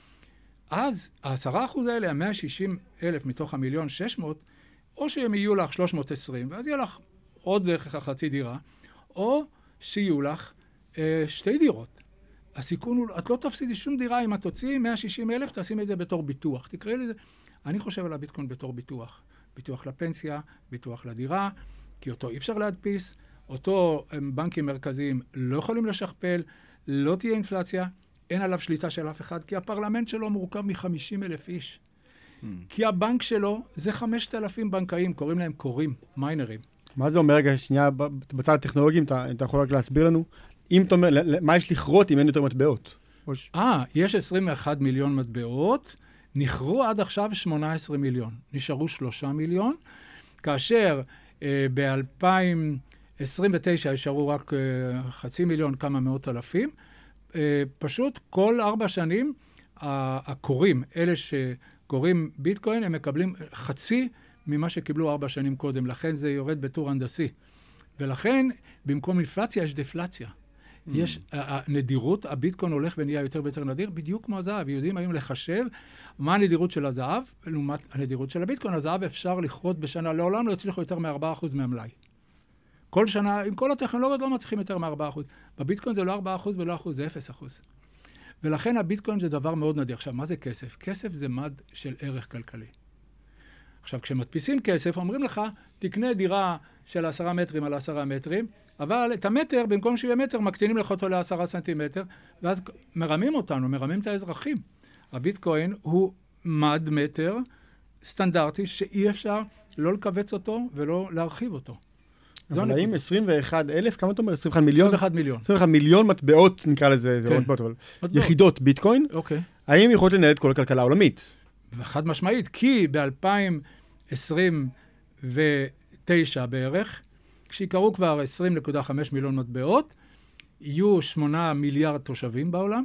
אז 10% האלה, 160,000 מתוך 1,600,000, או שהם יהיו לך 320, ואז יהיה לך עוד דרך חצי דירה, או שיהיו לך 2 דירות. הסיכון הוא, את לא תפסידי שום דירה אם את תוציא 160,000, תשים את זה בתור ביטוח. תקראי לזה, אני חושב על הביטקוין בתור ביטוח. ביטוח לפנסיה, ביטוח לדירה, כי אותו אי אפשר להדפיס, אותו בנקים מרכזיים לא יכולים לשכפל, לא תהיה אינפלציה, אין עליו שליטה של אף אחד, כי הפרלמנט שלו מורכב מ50,000 איש. כי הבנק שלו זה 5,000 בנקאים, קוראים להם קוראים, מיינרים. מה זה אומר רגע, שנייה, בצד הטכנולוגי, אתה יכול רק להסביר לנו? אם אתה אומר, מה יש לכרות אם אין יותר מטבעות? יש 21 מיליון מטבעות, נכרו עד עכשיו 18 מיליון, נשארו 3 מיליון, כאשר ב-2029 ישארו רק 500,000, כמה מאות אלפים. פשוט כל 4 שנים הקוראים, אלה שקוראים ביטקוין, הם מקבלים חצי ממה שקיבלו 4 שנים קודם. לכן זה יורד בטור הנדסי. ולכן במקום אינפלציה יש דפלציה. יש הנדירות, הביטקוין הולך ונהיה יותר ויותר נדיר, בדיוק כמו הזהב. יודעים היום לחשב מה הנדירות של הזהב, לעומת הנדירות של הביטקוין. הזהב אפשר לכרות בשנה, לעולם לא יצליחו יותר מ4% מהמלאי. כל שנה, עם כל הטכנולוגיות לא מצליחים יותר מ4%. בביטקוין זה לא 4% ולא 1%, זה 0%. ולכן הביטקוין זה דבר מאוד נדיר. עכשיו, מה זה כסף? כסף זה מד של ערך כלכלי. עכשיו, כשמדפיסים כסף, אומרים לך, תקנה דירה של 10 מטרים על 10 מטרים, אבל את המטר, במקום שיהיה מטר, מקטינים לך אותו ל10 סנטימטר, ואז מרמים אותנו, מרמים את האזרחים. הביטקוין הוא מד מטר סטנדרטי שאי אפשר לא לקבץ אותו ולא להרחיב אותו. אבל האם 21,000, כמה אתה אומר? 21 מיליון? 21 מיליון. 21 מיליון מטבעות, נקרא לזה, זה לא מטבעות, אבל יחידות ביטקוין. אוקיי. האם יכולות לנהל את כל הכלכלה העולמית? חד משמעית, כי ב-2029 בערך, כשיקראו כבר 20.5 מיליון מטבעות, יהיו 8 מיליארד תושבים בעולם,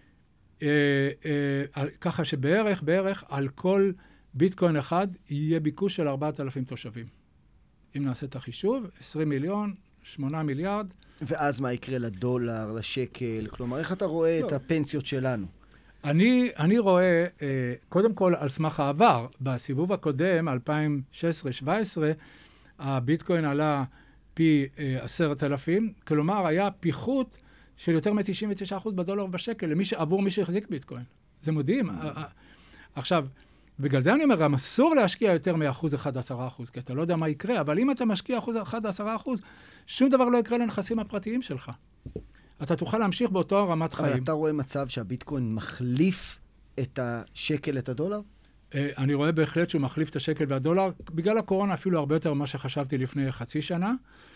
ככה שבערך על כל ביטקוין אחד יהיה ביקוש של 4,000 תושבים. אם נעשה את החישוב, 20 מיליון, 8 מיליארד. ואז מה יקרה לדולר, לשקל? כלומר, איך אתה רואה את הפנסיות שלנו? אני רואה, קודם כל, על סמך העבר, בסיבוב הקודם, 2016-2017, הביטקוין עלה פי 10,000, כלומר, היה פיחות של יותר מ-99% בדולר ובשקל, עבור מי שהחזיק ביטקוין. זה מדהים. עכשיו, בגלל זה אני אומר, גם אסור להשקיע יותר מ1%-10%, כי אתה לא יודע מה יקרה, אבל אם אתה משקיע 1%-10%, שום דבר לא יקרה לנכסים הפרטיים שלך. אתה תוכל להמשיך באותו רמת חיים. אבל אתה רואה מצב שהביטקוין מחליף את השקל, את הדולר? אני רואה בהחלט שהוא מחליף את השקל והדולר, בגלל הקורונה אפילו הרבה יותר ממה שחשבתי לפני חצי שנה,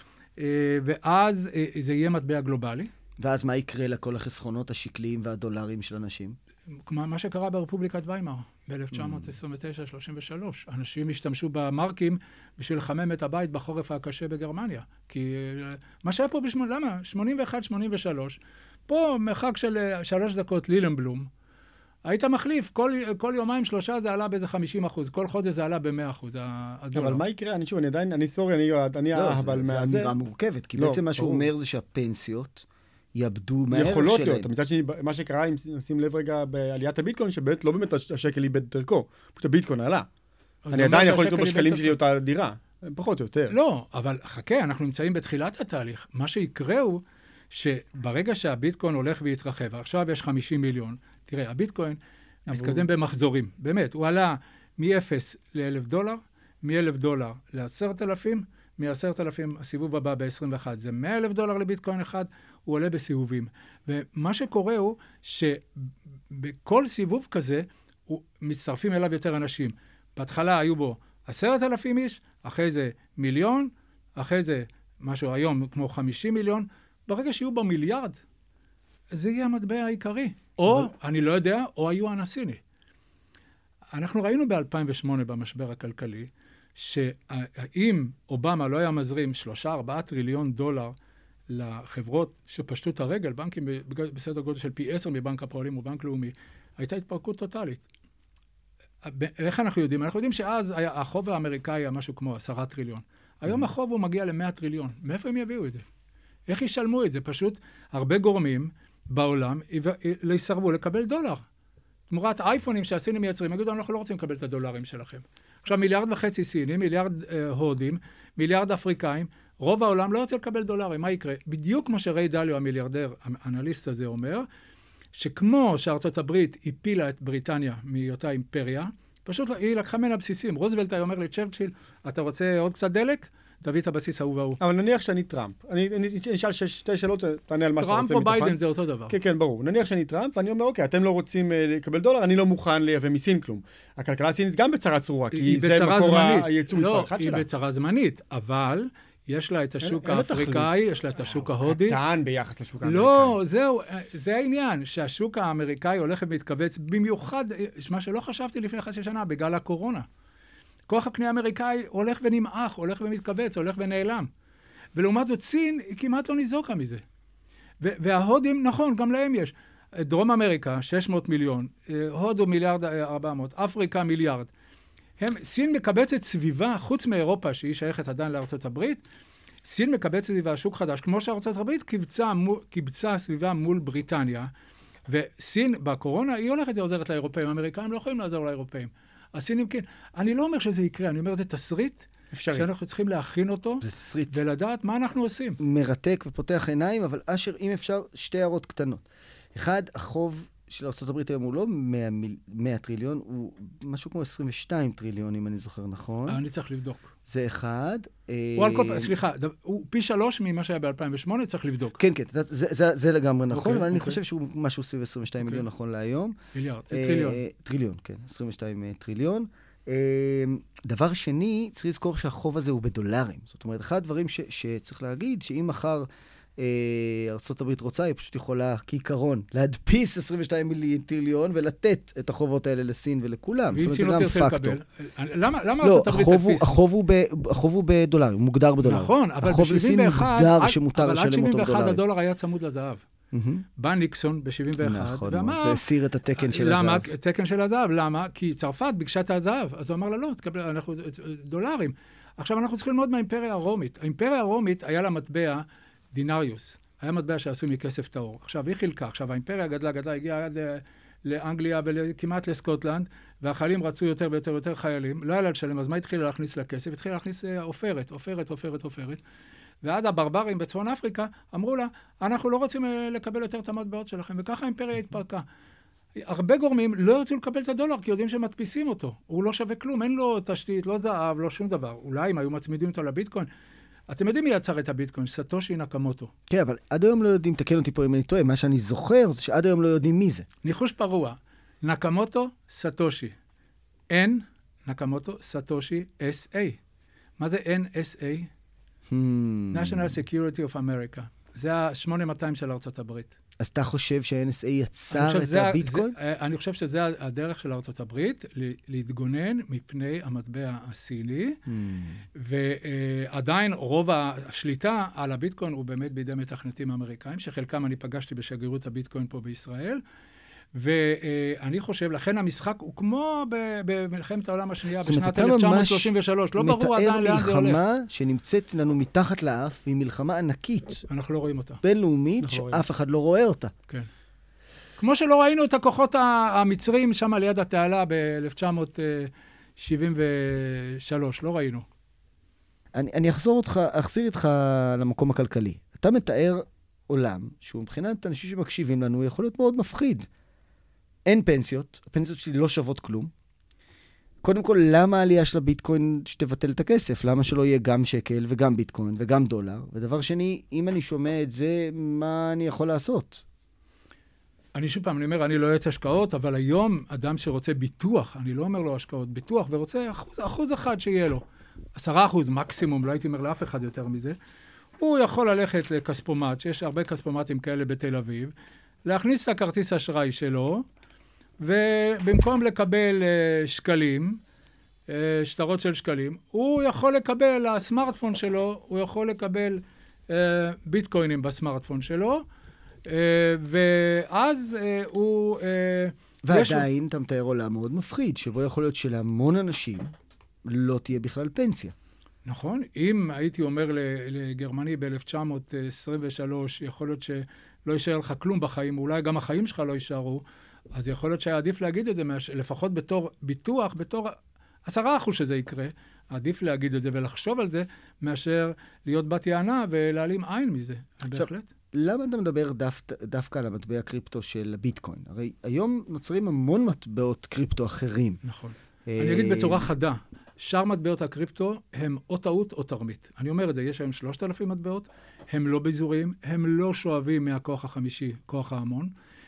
ואז זה יהיה מטבע גלובלי. ואז מה יקרה לכל החסכונות השקליים והדולרים של אנשים? מה שקרה ברפובליקת ויימאר, ב-1929-33. אנשים השתמשו במרקים בשביל לחמם את הבית בחורף הקשה בגרמניה. כי מה שהיה פה למה? 81-83, פה מרחק של 3 דקות לילנבלום, היית מחליף, כל יומיים 3 זה עלה באיזה 50%, כל חודש זה עלה ב100%. אבל מה יקרה? אני סורי, אני אהבל מהזה. זה אמירה מורכבת, כי בעצם מה שהוא אומר זה שהפנסיות יאבדו מהערך שלהם. יכולות להיות. מצד שני, מה שקרה, אם נשים לב רגע בעליית הביטקוין, שבאמת לא באמת השקל איבד את דרכו, פשוט הביטקוין עלה. אני עדיין יכול לקנות בשקלים שלי אותה דירה, פחות או יותר. לא, אבל חכה, אנחנו נמצאים בתחילת התהליך. מה שיקרה הוא שברגע שהביטקוין הולך והתרחב, עכשיו יש 50 מיליון, תראה, הביטקוין מתקדם במחזורים, באמת, הוא עלה מ-0 ל$1,000, מ$1,000 ל$10,000, מ-10,000 הסיבוב הבא ב-21, זה $100,000 לביטקוין אחד, הוא עולה בסיבובים. ומה שקורה הוא שבכל סיבוב כזה, מצטרפים אליו יותר אנשים. בהתחלה היו בו 10,000 איש, אחרי זה 1,000,000, אחרי זה משהו היום כמו 50 מיליון, ברגע שיהיו בו מיליארד, זה יהיה המטבע העיקרי. או, אני לא יודע, או היו הסיני. אנחנו ראינו ב-2008 במשבר הכלכלי, שאם אובמה לא היה מזרים 3-4 טריליון דולר לחברות שפשטו את הרגל, בנקים בסדר גודל של פי 10 מבנק הפועלים ובנק לאומי, הייתה התפרקות טוטלית. איך אנחנו יודעים? אנחנו יודעים שאז החוב האמריקאי היה משהו כמו 10 טריליון. היום החוב הוא מגיע ל100 טריליון. מאיפה הם יביאו את זה? איך ישלמו את זה? פשוט הרבה גורמים בעולם לא יסרבו לקבל דולר. תמורת אייפונים שהסינים מייצרים, יגידו, אנחנו לא רוצים לקבל את הדולרים שלכם. עכשיו, 1.5 מיליארד סינים, 1 מיליארד הודים, 1 מיליארד אפריקאים, רוב העולם לא רוצה לקבל דולרים. מה יקרה? בדיוק כמו שריי דליו, המיליארדר, האנליסט הזה אומר, שכמו שארצות הברית הפילה את בריטניה מהיותה אימפריה, פשוט היא לקחה מן הבסיסים. רוזוולט היה אומר לצ'רצ'יל, אתה רוצה עוד קצת דלק? תביא את הבסיס ההוא וההוא. אבל נניח שאני טראמפ. אני אשאל 6 שאלות, תענה על מה שאתה רוצה מתוכן. טראמפ או ביידן זה אותו דבר. כן, כן, ברור. נניח שאני טראמפ, ואני אומר, אוקיי, אתם לא רוצים לקבל דולר, אני לא מוכן לייבא מסין כלום. הכלכלה הסינית גם בצרה צרורה, כי זה מקור הייצוא מספר אחד שלה. לא, היא בצרה זמנית, אבל יש לה את השוק האפריקאי, יש לה את השוק ההודי. קטן ביחס לשוק האמריקאי. לא, זהו, זה העניין, שהשוק האמריקאי הולך ומתכווץ, במיוחד, מה שלא חשבתי לפני חצי שנה, בגלל הקורונה. כוח הקנייה האמריקאי הולך ונמעך, הולך ומתכווץ, הולך ונעלם. ולעומת זאת, סין היא כמעט לא ניזוקה מזה. וההודים, נכון, גם להם יש. דרום אמריקה, 600 מיליון, הודו 1.4 מיליארד, אפריקה מיליארד. סין מקבצת סביבה, חוץ מאירופה, שהיא שייכת עדיין לארצות הברית, סין מקבצת סביבה שוק חדש, כמו שארצות הברית קיבצה סביבה מול בריטניה, וסין בקורונה, היא הולכת ועוזרת לאירופאים, האמריקאים לא יכולים לעזור לאירופאים. הסינים כן. אני לא אומר שזה יקרה, אני אומר, זה תסריט אפשרי. שאנחנו צריכים להכין אותו, ולדעת מה אנחנו עושים. מרתק ופותח עיניים, אבל אשר, אם אפשר, 2 הערות קטנות. אחד, החוב של ארצות הברית היום הוא לא 100 טריליון, הוא משהו כמו 22 טריליון, אם אני זוכר נכון. אני צריך לבדוק. זה אחד. הוא על כל, סליחה, הוא פי 3 ממה שהיה ב-2008, צריך לבדוק. כן, כן, זה לגמרי נכון, אבל אני חושב שהוא משהו סביב 22 מיליון נכון להיום. טריליון. טריליון, כן, 22 טריליון. דבר שני, צריך לזכור שהחוב הזה הוא בדולרים. זאת אומרת, אחד הדברים שצריך להגיד, שאם מחר ארצות הברית רוצה, היא פשוט יכולה כעיקרון להדפיס 22 טריליון ולתת את החובות האלה לסין ולכולם. ואם סין לא תרצה לקבל, למה ארצות הברית תדפיס? החוב הוא בדולרים, הוא מוגדר בדולרים. נכון, אבל החוב לסין מוגדר שמותר לשלם אותו בדולרים. אבל עד 71 הדולר היה צמוד לזהב. בא ניקסון ב-71, נכון, ואמר... והסיר את התקן של הזהב. למה? התקן של הזהב, למה? כי צרפת ביקשה את הזהב, אז הוא אמר לה, לא, תקבל, אנחנו דולרים. עכשיו אנחנו צריכים ללמוד מהאימפריה הרומית. האימפריה הרומית היה לה מטבע דינריוס. היה מטבע שעשוי מכסף טהור. עכשיו היא חילקה, עכשיו האימפריה גדלה, הגיעה עד לאנגליה וכמעט לסקוטלנד, והחיילים רצו יותר ויותר ויותר חיילים, לא היה לה לשלם, אז מה התחילה להכניס לכסף? התחילה להכניס עופרת. ואז הברברים בצפון אפריקה אמרו לה, אנחנו לא רוצים לקבל יותר את המטבעות שלכם, וככה האימפריה התפרקה. הרבה גורמים לא ירצו לקבל את הדולר, כי יודעים שמדפיסים אותו. הוא לא שווה כלום, אין לו תשתית, לא זהב, לא שום דבר. אולי אם היו מצמידים אותו לביטקוין. אתם יודעים מי יצר את הביטקוין? סטושי נקמוטו. כן, אבל עד היום לא יודעים, תקן אותי פה אם אני טועה, מה שאני זוכר זה שעד היום לא יודעים מי זה. ניחוש פרוע. נקמוטו, סטושי. N, נקמוטו, סטושי, SA. מה זה NSA? National Security of America. זה ה-8200 של ארצות הברית. אז אתה חושב שה-NSA יצר את הביטקוין? אני חושב שזה הדרך של ארצות הברית, להתגונן מפני המטבע הסיני, ועדיין רוב השליטה על הביטקוין הוא באמת בידי מתכנתים אמריקאים, שחלקם אני פגשתי בשגרירות הביטקוין פה בישראל, ואני חושב, לכן המשחק הוא כמו במלחמת העולם השנייה, בשנת 1933, לא ברור עדיין לאן זה הולך. מתאר מלחמה שנמצאת לנו מתחת לאף, היא מלחמה ענקית. אנחנו לא רואים אותה. בינלאומית, שאף אחד לא רואה אותה. כן. כמו שלא ראינו את הכוחות המצרים שם על יד התעלה ב-1973, לא ראינו. אני אחזיר איתך למקום הכלכלי. אתה מתאר עולם שהוא מבחינת אנשים שמקשיבים לנו יכול להיות מאוד מפחיד. אין פנסיות, הפנסיות שלי לא שוות כלום. קודם כל, למה העלייה של הביטקוין שתבטל את הכסף? למה שלא יהיה גם שקל וגם ביטקוין וגם דולר? ודבר שני, אם אני שומע את זה, מה אני יכול לעשות? אני שוב פעם, אני אומר, אני לא יועץ השקעות, אבל היום אדם שרוצה ביטוח, אני לא אומר לו השקעות, ביטוח, ורוצה אחוז אחד שיהיה לו, 10% מקסימום, לא הייתי אומר לאף אחד יותר מזה, הוא יכול ללכת לכספומט, שיש הרבה כספומטים כאלה בתל אביב, להכניס את הכרטיס אשראי שלו, ובמקום לקבל שקלים, שטרות של שקלים, הוא יכול לקבל, הסמארטפון שלו, הוא יכול לקבל ביטקוינים בסמארטפון שלו, ואז הוא... ועדיין אתה מתאר עולם מאוד מפחיד, שבו יכול להיות שלהמון אנשים לא תהיה בכלל פנסיה. נכון. אם הייתי אומר לגרמני ב-1923, יכול להיות שלא יישאר לך כלום בחיים, אולי גם החיים שלך לא יישארו, אז יכול להיות שהיה עדיף להגיד את זה, לפחות בתור ביטוח, בתור 10% שזה יקרה, עדיף להגיד את זה ולחשוב על זה, מאשר להיות בת יענה ולהעלים עין מזה. בהחלט. למה אתה מדבר דווקא על המטבע הקריפטו של הביטקוין? הרי היום נוצרים המון מטבעות קריפטו אחרים. נכון. אני אגיד בצורה חדה, שאר מטבעות הקריפטו הם או טעות או תרמית. אני אומר את זה, יש היום 3,000 מטבעות, הם לא ביזוריים, הם לא שואבים מהכוח החמישי, כוח ההמון.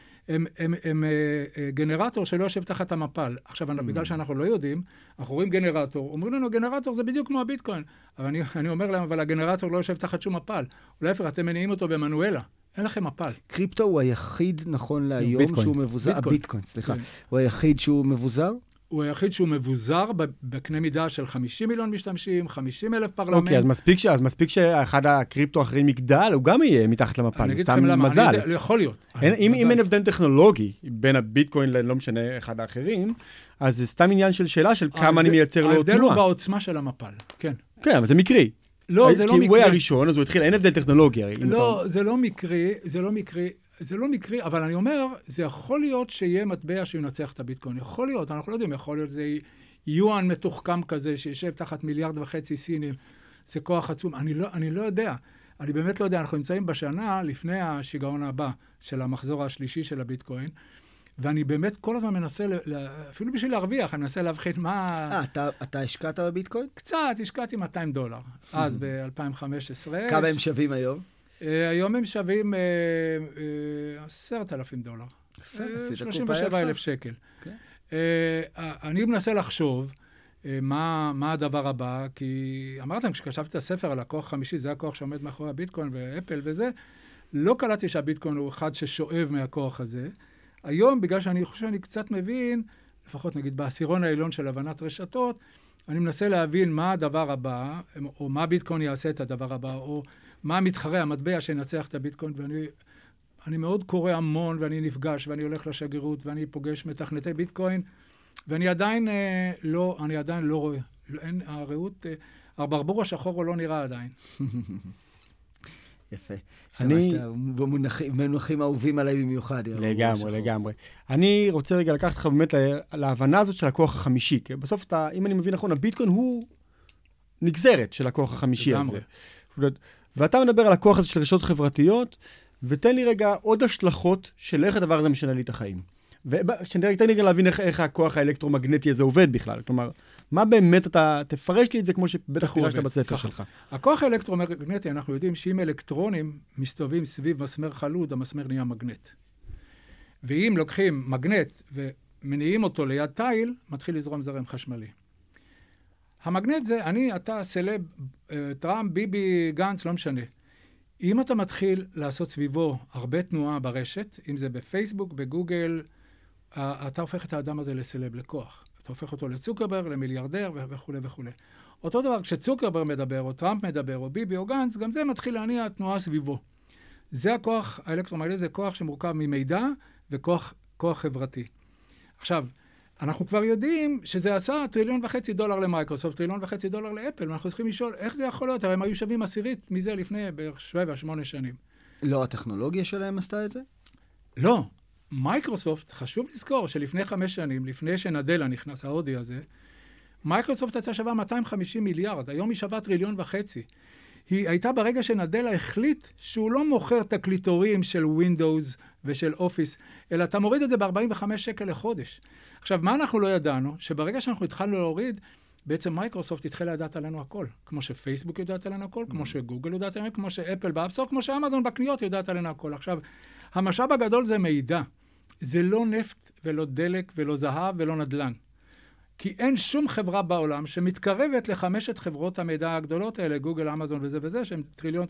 הם גנרטור שלא יושב תחת המפל. עכשיו, בגלל שאנחנו לא יודעים, אנחנו רואים גנרטור, אומרים לנו, גנרטור זה בדיוק כמו הביטקוין. אבל אני אומר להם, אבל הגנרטור לא יושב תחת שום מפל. אולי אפילו אתם מניעים אותו במנואלה. אין לכם מפל. קריפטו הוא היחיד נכון להיום שהוא מבוזר. הביטקוין, סליחה. הוא היחיד שהוא מבוזר? הוא היחיד שהוא מבוזר בקנה מידה של 50 מיליון משתמשים, 50,000 פרלמנט. אוקיי, אז מספיק שאחד הקריפטו האחרים יגדל, הוא גם יהיה מתחת למפל, סתם מזל. יכול להיות. אם אין הבדל טכנולוגי בין הביטקוין לא משנה אחד האחרים, אז זה סתם עניין של שאלה של כמה אני מייצר לו תנועה. ההבדל הוא בעוצמה של המפל, כן. כן, אבל זה מקרי. לא, זה לא מקרי. כי הוא היה הראשון, אז הוא התחיל, אין הבדל טכנולוגי. לא, זה לא מקרי, זה לא מקרי, אבל אני אומר, זה יכול להיות שיהיה מטבע שינצח את הביטקוין. יכול להיות, אנחנו לא יודעים, יכול להיות, זה יואן מתוחכם כזה, שישב תחת 1.5 מיליארד סינים, זה כוח עצום. אני לא יודע. אני באמת לא יודע. אנחנו נמצאים בשנה לפני השיגעון הבא של המחזור השלישי של הביטקוין, ואני באמת כל הזמן מנסה, אפילו בשביל להרוויח, אני מנסה להבחין מה... אתה השקעת בביטקוין? קצת, השקעתי $200. אז ב-2015. כמה הם שווים היום? היום הם שווים $10,000. יפה, עשית קופה יפה. 37,000 שקל. אני מנסה לחשוב מה הדבר הבא, כי אמרתם, כשכתבתי את הספר על הכוח חמישי, זה הכוח שעומד מאחורי הביטקוין ואפל וזה, לא קלטתי שהביטקוין הוא אחד ששואב מהכוח הזה. היום, בגלל שאני חושב שאני קצת מבין, לפחות נגיד בעשירון העליון של הבנת רשתות, אני מנסה להבין מה הדבר הבא, או מה ביטקוין יעשה את הדבר הבא, או מה מתחרה המטבע שינצח את הביטקוין, ואני מאוד קורא המון, ואני נפגש, ואני הולך לשגרירות, ואני פוגש מתכנתי ביטקוין, ואני עדיין לא רואה. אין, הראות, הברבור השחור הוא לא נראה עדיין. יפה. אני... במונחים אהובים עליי במיוחד. לגמרי. אני רוצה רגע לקחת לך באמת להבנה הזאת של הכוח החמישי, כי בסוף, אם אני מבין נכון, הביטקוין הוא נגזרת של הכוח החמישי הזה. ואתה מדבר על הכוח הזה של רשתות חברתיות, ותן לי רגע עוד השלכות של איך הדבר הזה משנה לי את החיים. ותן לי רגע להבין איך הכוח האלקטרומגנטי הזה עובד בכלל. כלומר, מה באמת אתה תפרש לי את זה כמו שבטח פירשת בספר שלך. הכוח האלקטרומגנטי, אנחנו יודעים שאם אלקטרונים מסתובבים סביב מסמר חלוד, המסמר נהיה מגנט. ואם לוקחים מגנט ומניעים אותו ליד תיל, מתחיל לזרום זרם חשמלי. המגנט זה, אתה, סלב, טראמפ, ביבי, גנץ, לא משנה. אם אתה מתחיל לעשות סביבו הרבה תנועה ברשת, אם זה בפייסבוק, בגוגל, אתה הופך את האדם הזה לסלב, לכוח. אתה הופך אותו לצוקרברג, למיליארדר וכו' וכו'. אותו דבר, כשצוקרברג מדבר, או טראמפ מדבר, או ביבי או גנץ, גם זה מתחיל להניע תנועה סביבו. זה הכוח האלקטרומגנטי, זה כוח שמורכב ממידע וכוח חברתי. עכשיו, אנחנו כבר יודעים שזה עשה $1.5 טריליון למייקרוסופט, $1.5 טריליון לאפל, ואנחנו צריכים לשאול איך זה יכול להיות, הרי הם היו שווים עשירית מזה לפני בערך 7-8 שנים. לא, הטכנולוגיה שלהם עשתה את זה? לא. מייקרוסופט, חשוב לזכור שלפני 5 שנים, לפני שנדלה נכנס ההודי הזה, מייקרוסופט הייתה שווה 250 מיליארד, היום היא שווה $1.5 טריליון. היא הייתה ברגע שנדלה החליט שהוא לא מוכר תקליטורים של ווינדוס ושל אופיס, אלא אתה מוריד את זה ב$45 לחודש. עכשיו, מה אנחנו לא ידענו? שברגע שאנחנו התחלנו להוריד, בעצם מייקרוסופט התחילה לדעת עלינו הכל. כמו שפייסבוק יודעת עלינו הכל, כמו שגוגל יודעת עלינו, כמו שאפל באפסטור, כמו שאמזון בקניות יודעת עלינו הכל. עכשיו, המשאב הגדול זה מידע. זה לא נפט ולא דלק ולא זהב ולא נדלן. כי אין שום חברה בעולם שמתקרבת ל5 חברות המידע הגדולות האלה, גוגל, אמזון וזה, שהן $1.5 טריליון.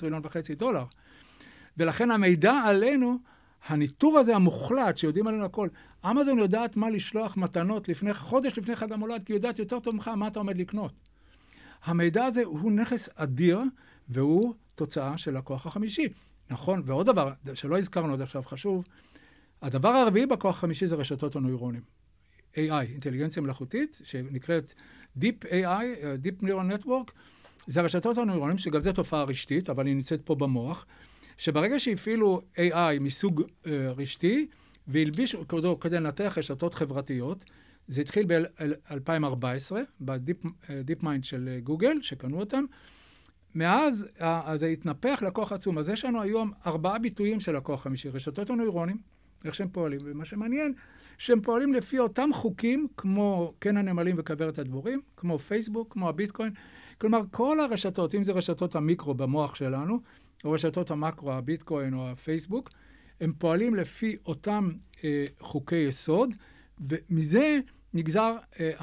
ולכן המידע עלינו, הניטור הזה המוחלט שיודעים עלינו הכל, אמזון יודעת מה לשלוח מתנות חודש לפני חג המולד, כי יודעת יותר טוב ממך מה אתה עומד לקנות. המידע הזה הוא נכס אדיר, והוא תוצאה של הכוח החמישי. נכון, ועוד דבר שלא הזכרנו עד עכשיו חשוב, הדבר הרביעי בכוח החמישי זה רשתות הנוירונים. AI, אינטליגנציה מלאכותית, שנקראת Deep AI, Deep Neural Network, זה הרשתות הנוירונים, שגם זו תופעה רשתית, אבל היא נמצאת פה במוח, שברגע שהפעילו AI מסוג רשתי, והלבישו כדי לנתח רשתות חברתיות, זה התחיל ב-2014, ב-Deep Mind של גוגל, שקנו אותם, מאז זה התנפח לכוח עצום. אז יש לנו היום 4 ביטויים של הכוח חמישי, רשתות הנוירונים, איך שהם פועלים, ומה שמעניין, שהם פועלים לפי אותם חוקים, כמו קן הנמלים וכוורת הדבורים, כמו פייסבוק, כמו הביטקוין. כלומר, כל הרשתות, אם זה רשתות המיקרו במוח שלנו, או רשתות המקרו, הביטקוין או הפייסבוק, הם פועלים לפי אותם חוקי יסוד, ומזה נגזר,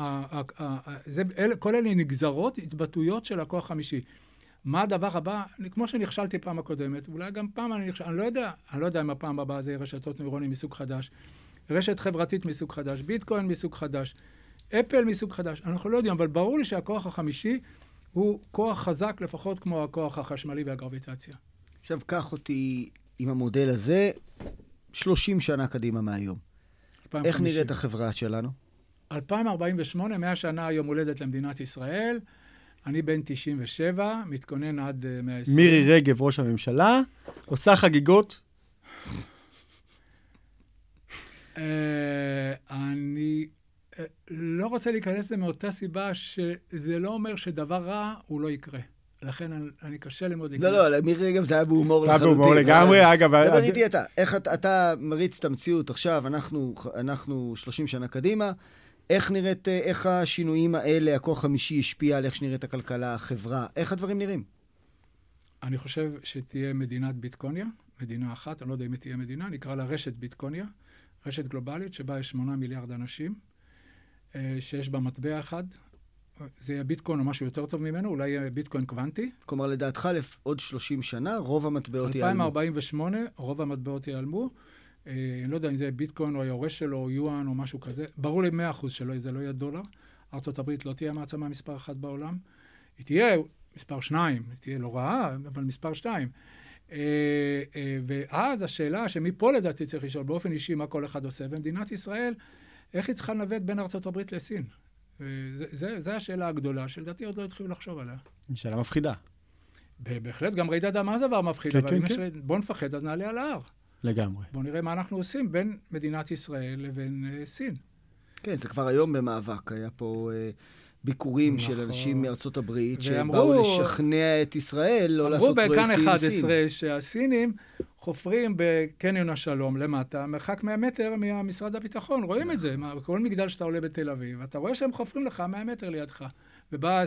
כל אלה נגזרות, התבטאויות של הכוח חמישי. מה הדבר הבא? כמו שנכשלתי פעם הקודמת, אולי גם פעם אני נכשל, אני לא יודע אם הפעם הבאה זה רשתות נוירונים מסוג חדש, רשת חברתית מסוג חדש, ביטקוין מסוג חדש, אפל מסוג חדש, אנחנו לא יודעים, אבל ברור לי שהכוח החמישי הוא כוח חזק לפחות כמו הכוח החשמלי והגרביטציה. עכשיו, קח אותי עם המודל הזה 30 שנה קדימה מהיום. איך נראית החברה שלנו? 2048, 100 שנה יום הולדת למדינת ישראל, אני בן 97, מתכונן עד 120. מירי רגב, ראש הממשלה, עושה חגיגות. אני לא רוצה להיכנס לזה מאותה סיבה שזה לא אומר שדבר רע הוא לא יקרה. לכן אני קשה למוד להיכנס. לא, מירי רגב זה היה בהומור לחלוטין. היה בהומור לגמרי, אגב. דבר איתי אתה, איך אתה מריץ את המציאות עכשיו, אנחנו 30 שנה קדימה, איך השינויים האלה, הכוח חמישי השפיע על איך שנראית הכלכלה, החברה, איך הדברים נראים? אני חושב שתהיה מדינת ביטקוניה, מדינה אחת, אני לא יודע אם תהיה מדינה, נקרא לה רשת ביטקוניה, רשת גלובלית שבה יש 8 מיליארד אנשים, שיש בה מטבע אחד, זה יהיה ביטקוין או משהו יותר טוב ממנו, אולי יהיה ביטקוין קוונטי. כלומר, לדעתך, עוד 30 שנה, רוב המטבעות ייעלמו. 2048, רוב המטבעות ייעלמו. אני לא יודע אם זה ביטקוין או היורש שלו, או יואן או משהו כזה. ברור לי 100% שלא, זה לא יהיה דולר. ארצות הברית לא תהיה מעצמה מספר 1 בעולם. היא תהיה מספר 2, היא תהיה לא רעה, אבל מספר 2. ואז השאלה שמפה לדעתי צריך לשאול באופן אישי מה כל אחד עושה, ומדינת ישראל, איך היא צריכה לנווט בין ארצות הברית לסין? זו השאלה הגדולה, שלדעתי עוד לא התחילו לחשוב עליה. שאלה מפחידה. בהחלט, גם רעידת אדמה זה דבר מפחיד, אבל אם בוא נפחד, אז נעלה על ההר. לגמרי. בוא נראה מה אנחנו עושים בין מדינת ישראל לבין סין. כן, זה כבר היום במאבק. היה פה ביקורים של אנשים מארצות הברית, שבאו לשכנע את ישראל לא לעשות פרויקטים עם סין. אמרו בכאן 11 שהסינים חופרים בקניון השלום למטה, מרחק 100 מטר ממשרד הביטחון. רואים את זה, כל מגדל שאתה עולה בתל אביב, אתה רואה שהם חופרים לך 100 מטר לידך. ובא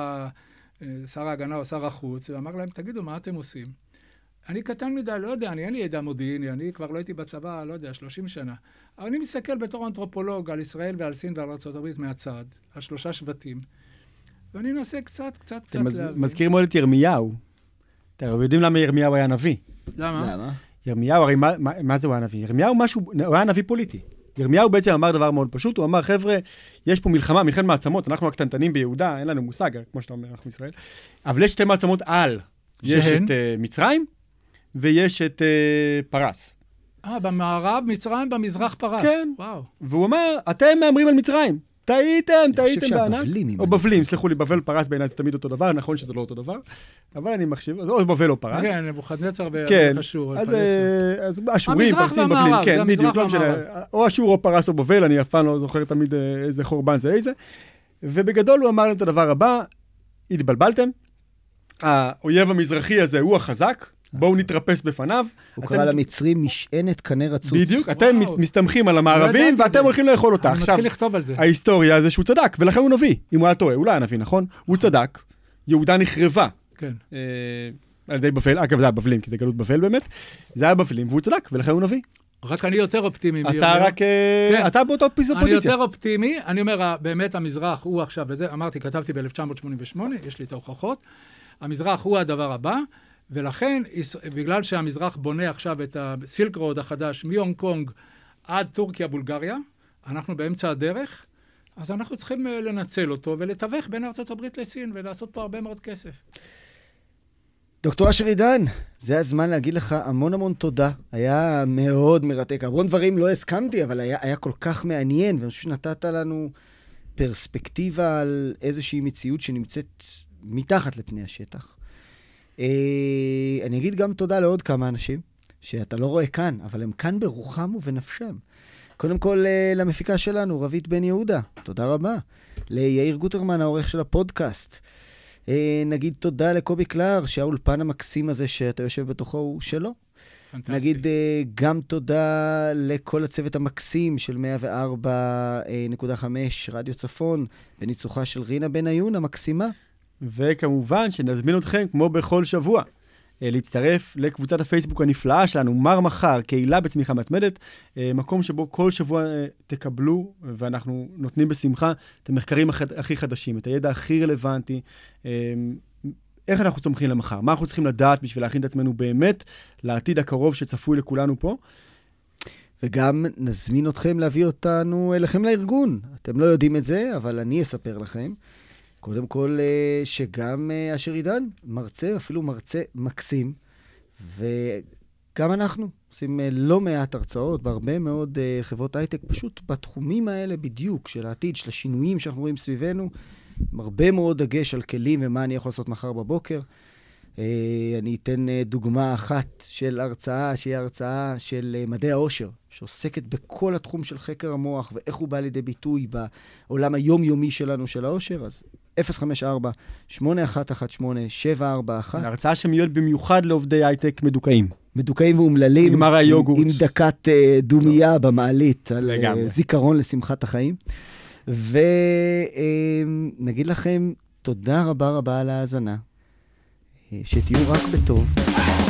שר ההגנה או שר החוץ, ואמר להם, תגידו, מה אתם עושים? אני קטן מדי, לא יודע, אין לי ידע מודיעיני, אני כבר לא הייתי בצבא, לא יודע, 30 שנה. אבל אני מסתכל בתור אנתרופולוג על ישראל ועל סין ועל ארצות הברית מהצד, על 3 שבטים, ואני מנסה קצת להבין. מזכיר מאוד את ירמיהו. אתם יודעים למה ירמיהו היה נביא? למה? ירמיהו, הרי מה זה הוא היה נביא? ירמיהו הוא היה נביא פוליטי. ירמיהו בעצם אמר דבר מאוד פשוט, הוא אמר, חבר'ה, יש פה מלחמת מעצמות, אנחנו הקטנטנים ביהודה, אין לנו מושג, כמו שאתה אומר, אנחנו ישראל, אבל יש 2 מעצמות על. יש את מצרים, ויש את פרס. במערב מצרים, במזרח פרס. כן. וואו. והוא אמר, אתם מאמרים על מצרים. טעיתם בענק. או בבלים, סלחו לי, בבל פרס בעיניי זה תמיד אותו דבר, נכון שזה לא אותו דבר, אבל אני מחשיב, או בבל או פרס. כן, נבוכדנצר וחשור. אז אשורים, פרסים, בבלים, כן, בדיוק, לא משנה. או אשור או פרס או בבל, אני אף פעם לא זוכר תמיד איזה חורבן זה איזה. ובגדול הוא אמר להם את הדבר הבא, התבלבלתם, האויב המזרחי הזה הוא החזק, בואו נתרפס בפניו. הוא קרא למצרים משענת קנה רצוץ. בדיוק, אתם מסתמכים על המערבים, ואתם הולכים לאכול אותה. אני מתחיל לכתוב על זה. ההיסטוריה זה שהוא צדק, ולכן הוא נביא. אם הוא היה טועה, אולי הנביא, נכון? הוא צדק, יהודה נחרבה. כן. על ידי בבל, אגב, זה היה בבלים, כי זה גלות בבל באמת. זה היה בבלים, והוא צדק, ולכן הוא נביא. רק אני יותר אופטימי. אתה באותו פוזיציה. אני יותר אופטימי, אני אומר, באמת המזרח הוא עכשיו, וזה אמרתי, כתבתי ב-1988, יש לי את ההוכחות, המזרח הוא הדבר הבא, ולכן, בגלל שהמזרח בונה עכשיו את הסילק רוד החדש, מהונג קונג עד טורקיה, בולגריה, אנחנו באמצע הדרך, אז אנחנו צריכים לנצל אותו ולתווך בין ארצות הברית לסין, ולעשות פה הרבה מאוד כסף. דוקטור אשר עידן, זה הזמן להגיד לך המון תודה. היה מאוד מרתק. המון דברים לא הסכמתי, אבל היה כל כך מעניין, ואני חושב שנתת לנו פרספקטיבה על איזושהי מציאות שנמצאת מתחת לפני השטח. אני אגיד גם תודה לעוד כמה אנשים, שאתה לא רואה כאן, אבל הם כאן ברוחם ובנפשם. קודם כל, למפיקה שלנו, רבית בן יהודה, תודה רבה. ליאיר גוטרמן, העורך של הפודקאסט. נגיד תודה לקובי קלר, שהאולפן המקסים הזה שאתה יושב בתוכו הוא שלו. פנטסטי. נגיד גם תודה לכל הצוות המקסים של 104.5 רדיו צפון, בניצוחה של רינה בן עיון המקסימה. וכמובן שנזמין אתכם, כמו בכל שבוע, להצטרף לקבוצת הפייסבוק הנפלאה שלנו, מר מחר, קהילה בצמיחה מתמדת, מקום שבו כל שבוע תקבלו, ואנחנו נותנים בשמחה את המחקרים הכי חדשים, את הידע הכי רלוונטי, איך אנחנו צומחים למחר, מה אנחנו צריכים לדעת בשביל להכין את עצמנו באמת לעתיד הקרוב שצפוי לכולנו פה. וגם נזמין אתכם להביא אותנו אליכם לארגון. אתם לא יודעים את זה, אבל אני אספר לכם. קודם כל, שגם אשר עידן, מרצה, אפילו מרצה מקסים, וגם אנחנו עושים לא מעט הרצאות בהרבה מאוד חברות הייטק, פשוט בתחומים האלה בדיוק, של העתיד, של השינויים שאנחנו רואים סביבנו, עם הרבה מאוד דגש על כלים ומה אני יכול לעשות מחר בבוקר. אני אתן דוגמה אחת של הרצאה, שהיא הרצאה של מדעי העושר, שעוסקת בכל התחום של חקר המוח, ואיך הוא בא לידי ביטוי בעולם היומיומי שלנו של העושר, אז 054-8118-741. הרצאה שמיועדת במיוחד לעובדי הייטק מדוכאים. מדוכאים ואומללים. נגמר היוגורט. עם דקת דומיה במעלית, על זיכרון לשמחת החיים. ונגיד לכם תודה רבה על ההאזנה. שתהיו רק בטוב.